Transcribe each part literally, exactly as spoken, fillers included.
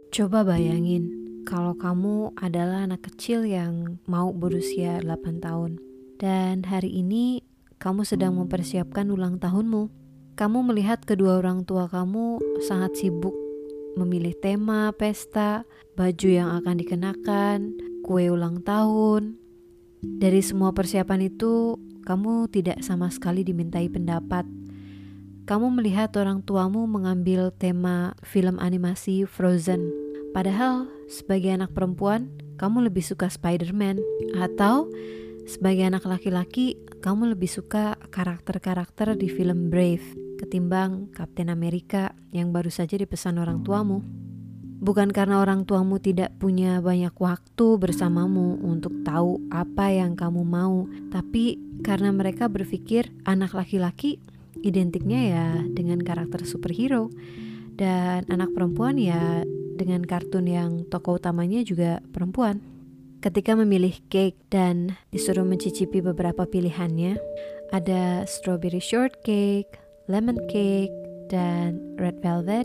Coba bayangin kalau kamu adalah anak kecil yang mau berusia delapan tahun dan hari ini kamu sedang mempersiapkan ulang tahunmu. Kamu melihat kedua orang tua kamu sangat sibuk memilih tema pesta, baju yang akan dikenakan, kue ulang tahun. Dari semua persiapan itu, kamu tidak sama sekali dimintai pendapat. Kamu melihat orang tuamu mengambil tema film animasi Frozen. Padahal sebagai anak perempuan, kamu lebih suka Spider-Man. Atau sebagai anak laki-laki, kamu lebih suka karakter-karakter di film Brave ketimbang Captain America yang baru saja dipesan orang tuamu. Bukan karena orang tuamu tidak punya banyak waktu bersamamu untuk tahu apa yang kamu mau, tapi karena mereka berpikir anak laki-laki identiknya ya dengan karakter superhero, dan anak perempuan ya dengan kartun yang tokoh utamanya juga perempuan. Ketika memilih cake dan disuruh mencicipi beberapa pilihannya, ada strawberry shortcake, lemon cake, dan red velvet.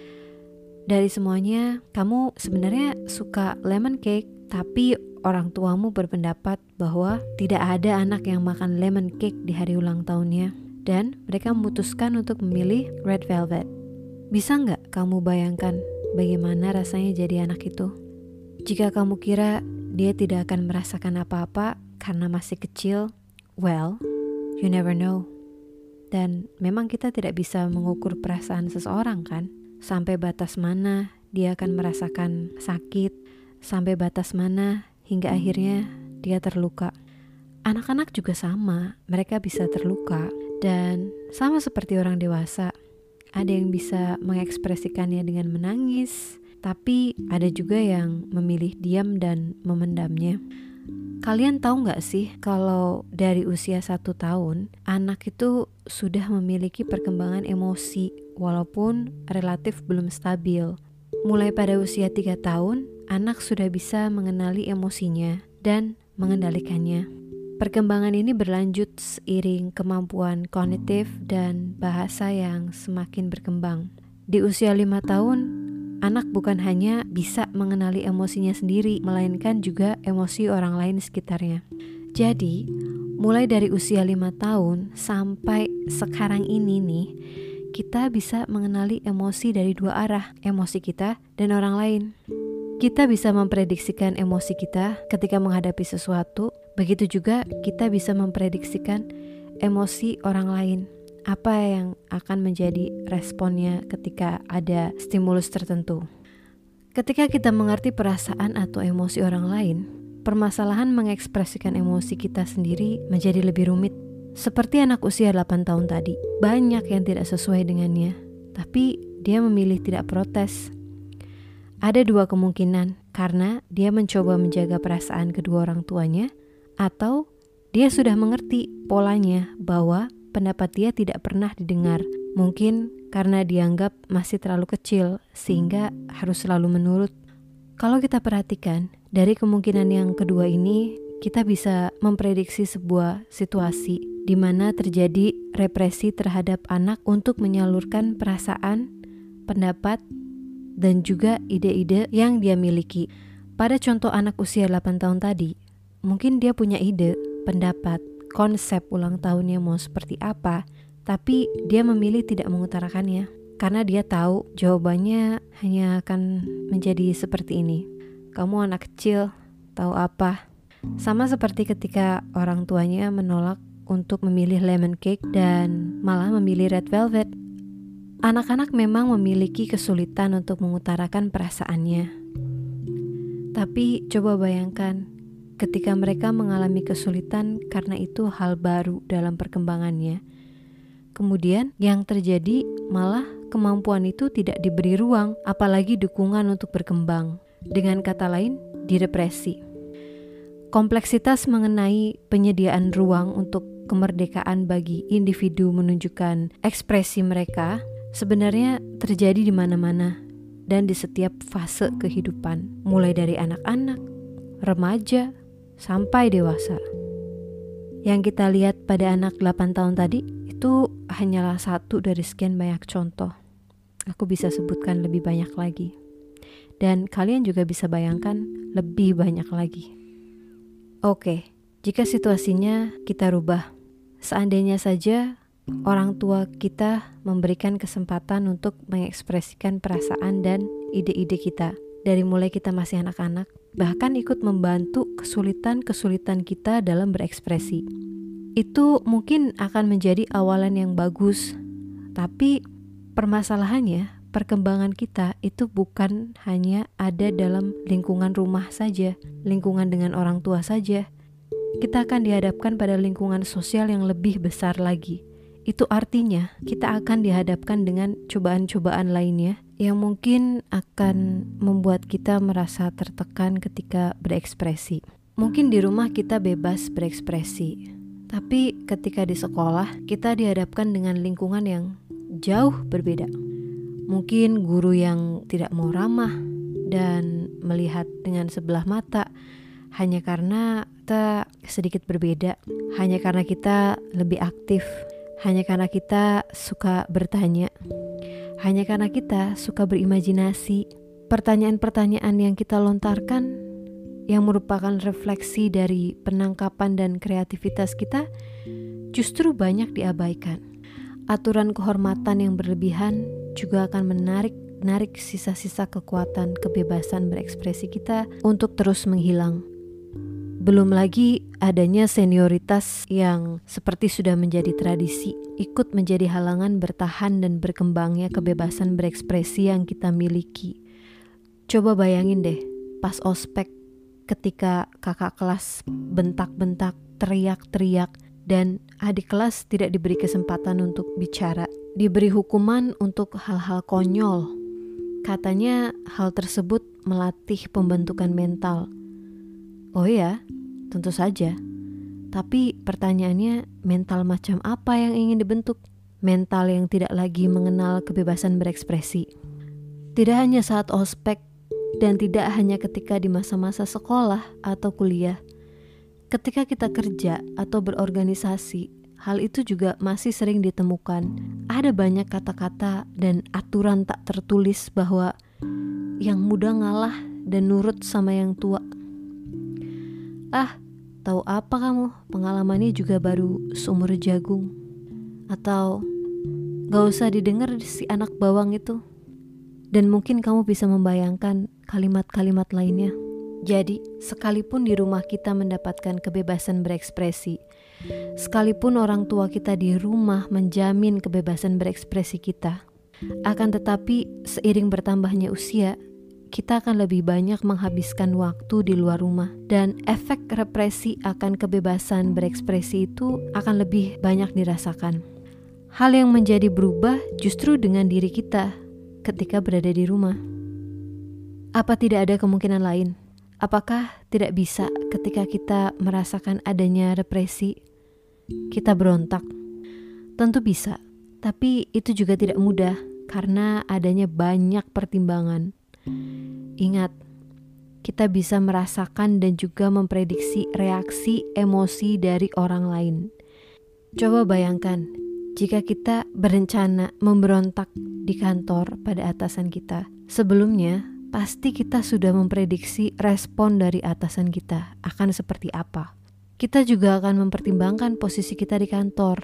Dari semuanya, kamu sebenarnya suka lemon cake, tapi orang tuamu berpendapat bahwa tidak ada anak yang makan lemon cake di hari ulang tahunnya, dan mereka memutuskan untuk memilih red velvet. Bisa nggak kamu bayangkan bagaimana rasanya jadi anak itu? Jika kamu kira dia tidak akan merasakan apa-apa karena masih kecil, well, you never know. Dan memang kita tidak bisa mengukur perasaan seseorang kan? Sampai batas mana dia akan merasakan sakit, sampai batas mana hingga akhirnya dia terluka. Anak-anak juga sama, mereka bisa terluka. Dan sama seperti orang dewasa, ada yang bisa mengekspresikannya dengan menangis, tapi ada juga yang memilih diam dan memendamnya. Kalian tahu gak sih kalau dari usia satu tahun, anak itu sudah memiliki perkembangan emosi walaupun relatif belum stabil. Mulai pada usia tiga tahun, anak sudah bisa mengenali emosinya dan mengendalikannya. Perkembangan ini berlanjut seiring kemampuan kognitif dan bahasa yang semakin berkembang. Di usia lima tahun, anak bukan hanya bisa mengenali emosinya sendiri, melainkan juga emosi orang lain sekitarnya. Jadi, mulai dari usia lima tahun sampai sekarang ini nih, kita bisa mengenali emosi dari dua arah, emosi kita dan orang lain. Kita bisa memprediksikan emosi kita ketika menghadapi sesuatu, begitu juga kita bisa memprediksikan emosi orang lain. Apa yang akan menjadi responnya ketika ada stimulus tertentu. Ketika kita mengerti perasaan atau emosi orang lain, permasalahan mengekspresikan emosi kita sendiri menjadi lebih rumit. Seperti anak usia delapan tahun tadi, banyak yang tidak sesuai dengannya, tapi dia memilih tidak protes. Ada dua kemungkinan, karena dia mencoba menjaga perasaan kedua orang tuanya, atau dia sudah mengerti polanya bahwa pendapat dia tidak pernah didengar. Mungkin karena dianggap masih terlalu kecil, sehingga harus selalu menurut. Kalau kita perhatikan, dari kemungkinan yang kedua ini, kita bisa memprediksi sebuah situasi di mana terjadi represi terhadap anak untuk menyalurkan perasaan, pendapat, dan juga ide-ide yang dia miliki. Pada contoh anak usia delapan tahun tadi, mungkin dia punya ide, pendapat, konsep ulang tahunnya mau seperti apa, tapi dia memilih tidak mengutarakannya karena dia tahu jawabannya hanya akan menjadi seperti ini. Kamu anak kecil, tahu apa? Sama seperti ketika orang tuanya menolak untuk memilih lemon cake dan malah memilih red velvet. Anak-anak memang memiliki kesulitan untuk mengutarakan perasaannya. Tapi coba bayangkan, ketika mereka mengalami kesulitan karena itu hal baru dalam perkembangannya. Kemudian yang terjadi malah kemampuan itu tidak diberi ruang, apalagi dukungan untuk berkembang. Dengan kata lain, direpresi. Kompleksitas mengenai penyediaan ruang untuk kemerdekaan bagi individu menunjukkan ekspresi mereka sebenarnya terjadi di mana-mana dan di setiap fase kehidupan, mulai dari anak-anak, remaja, sampai dewasa. Yang kita lihat pada anak delapan tahun tadi itu hanyalah satu dari sekian banyak contoh. Aku bisa sebutkan lebih banyak lagi. Dan kalian juga bisa bayangkan lebih banyak lagi. Oke, jika situasinya kita rubah. Seandainya saja orang tua kita memberikan kesempatan untuk mengekspresikan perasaan dan ide-ide kita. Dari mulai kita masih anak-anak, bahkan ikut membantu kesulitan-kesulitan kita dalam berekspresi. Itu mungkin akan menjadi awalan yang bagus. Tapi permasalahannya, perkembangan kita itu bukan hanya ada dalam lingkungan rumah saja, lingkungan dengan orang tua saja. Kita akan dihadapkan pada lingkungan sosial yang lebih besar lagi. Itu artinya kita akan dihadapkan dengan cobaan-cobaan lainnya yang mungkin akan membuat kita merasa tertekan ketika berekspresi. Mungkin di rumah kita bebas berekspresi, tapi ketika di sekolah kita dihadapkan dengan lingkungan yang jauh berbeda. Mungkin guru yang tidak mau ramah dan melihat dengan sebelah mata hanya karena kita sedikit berbeda, hanya karena kita lebih aktif, hanya karena kita suka bertanya, hanya karena kita suka berimajinasi. Pertanyaan-pertanyaan yang kita lontarkan yang merupakan refleksi dari penangkapan dan kreativitas kita justru banyak diabaikan. Aturan kehormatan yang berlebihan juga akan menarik narik sisa-sisa kekuatan kebebasan berekspresi kita untuk terus menghilang. Belum lagi adanya senioritas yang seperti sudah menjadi tradisi, ikut menjadi halangan bertahan dan berkembangnya kebebasan berekspresi yang kita miliki. Coba bayangin deh, pas ospek ketika kakak kelas bentak-bentak, teriak-teriak, dan adik kelas tidak diberi kesempatan untuk bicara, diberi hukuman untuk hal-hal konyol. Katanya hal tersebut melatih pembentukan mental. Oh ya, tentu saja. Tapi pertanyaannya, mental macam apa yang ingin dibentuk? Mental yang tidak lagi mengenal kebebasan berekspresi. Tidak hanya saat ospek dan tidak hanya ketika di masa-masa sekolah atau kuliah. Ketika kita kerja atau berorganisasi, hal itu juga masih sering ditemukan. Ada banyak kata-kata dan aturan tak tertulis bahwa yang muda ngalah dan nurut sama yang tua. Ah, tahu apa kamu? Pengalamannya juga baru seumur jagung. Atau gak usah didengar si anak bawang itu. Dan mungkin kamu bisa membayangkan kalimat-kalimat lainnya. Jadi, sekalipun di rumah kita mendapatkan kebebasan berekspresi, sekalipun orang tua kita di rumah menjamin kebebasan berekspresi kita, akan tetapi seiring bertambahnya usia, kita akan lebih banyak menghabiskan waktu di luar rumah, dan efek represi akan kebebasan berekspresi itu akan lebih banyak dirasakan. Hal yang menjadi berubah justru dengan diri kita ketika berada di rumah. Apa tidak ada kemungkinan lain? Apakah tidak bisa ketika kita merasakan adanya represi, kita berontak? Tentu bisa, tapi itu juga tidak mudah karena adanya banyak pertimbangan. Ingat, kita bisa merasakan dan juga memprediksi reaksi emosi dari orang lain. Coba bayangkan, jika kita berencana memberontak di kantor pada atasan kita, sebelumnya pasti kita sudah memprediksi respon dari atasan kita akan seperti apa. Kita juga akan mempertimbangkan posisi kita di kantor.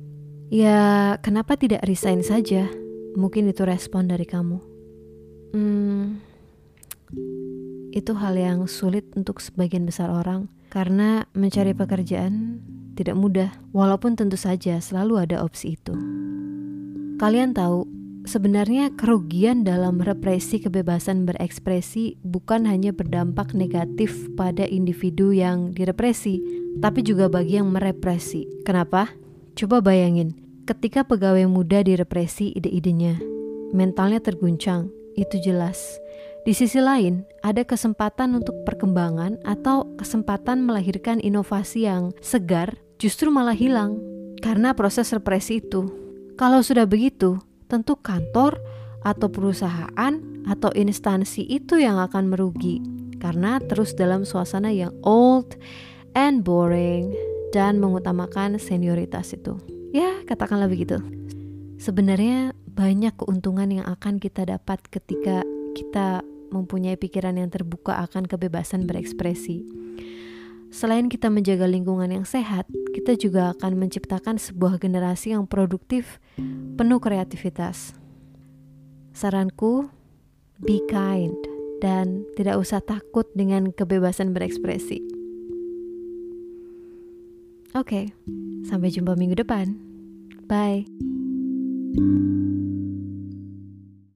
Ya, kenapa tidak resign saja? Mungkin itu respon dari kamu. Hmm, itu hal yang sulit untuk sebagian besar orang, karena mencari pekerjaan tidak mudah, walaupun tentu saja selalu ada opsi itu. Kalian tahu, sebenarnya kerugian dalam represi kebebasan berekspresi bukan hanya berdampak negatif pada individu yang direpresi, tapi juga bagi yang merepresi. Kenapa? Coba bayangin, ketika pegawai muda direpresi ide-idenya, mentalnya terguncang, itu jelas. Di sisi lain, ada kesempatan untuk perkembangan atau kesempatan melahirkan inovasi yang segar justru malah hilang karena proses represi itu. Kalau sudah begitu, tentu kantor atau perusahaan atau instansi itu yang akan merugi karena terus dalam suasana yang old and boring dan mengutamakan senioritas itu. Ya, katakanlah begitu. Sebenarnya banyak keuntungan yang akan kita dapat ketika kita mempunyai pikiran yang terbuka akan kebebasan berekspresi. Selain kita menjaga lingkungan yang sehat, kita juga akan menciptakan sebuah generasi yang produktif, penuh kreativitas. Saranku, be kind dan tidak usah takut dengan kebebasan berekspresi. Oke, sampai jumpa minggu depan. Bye.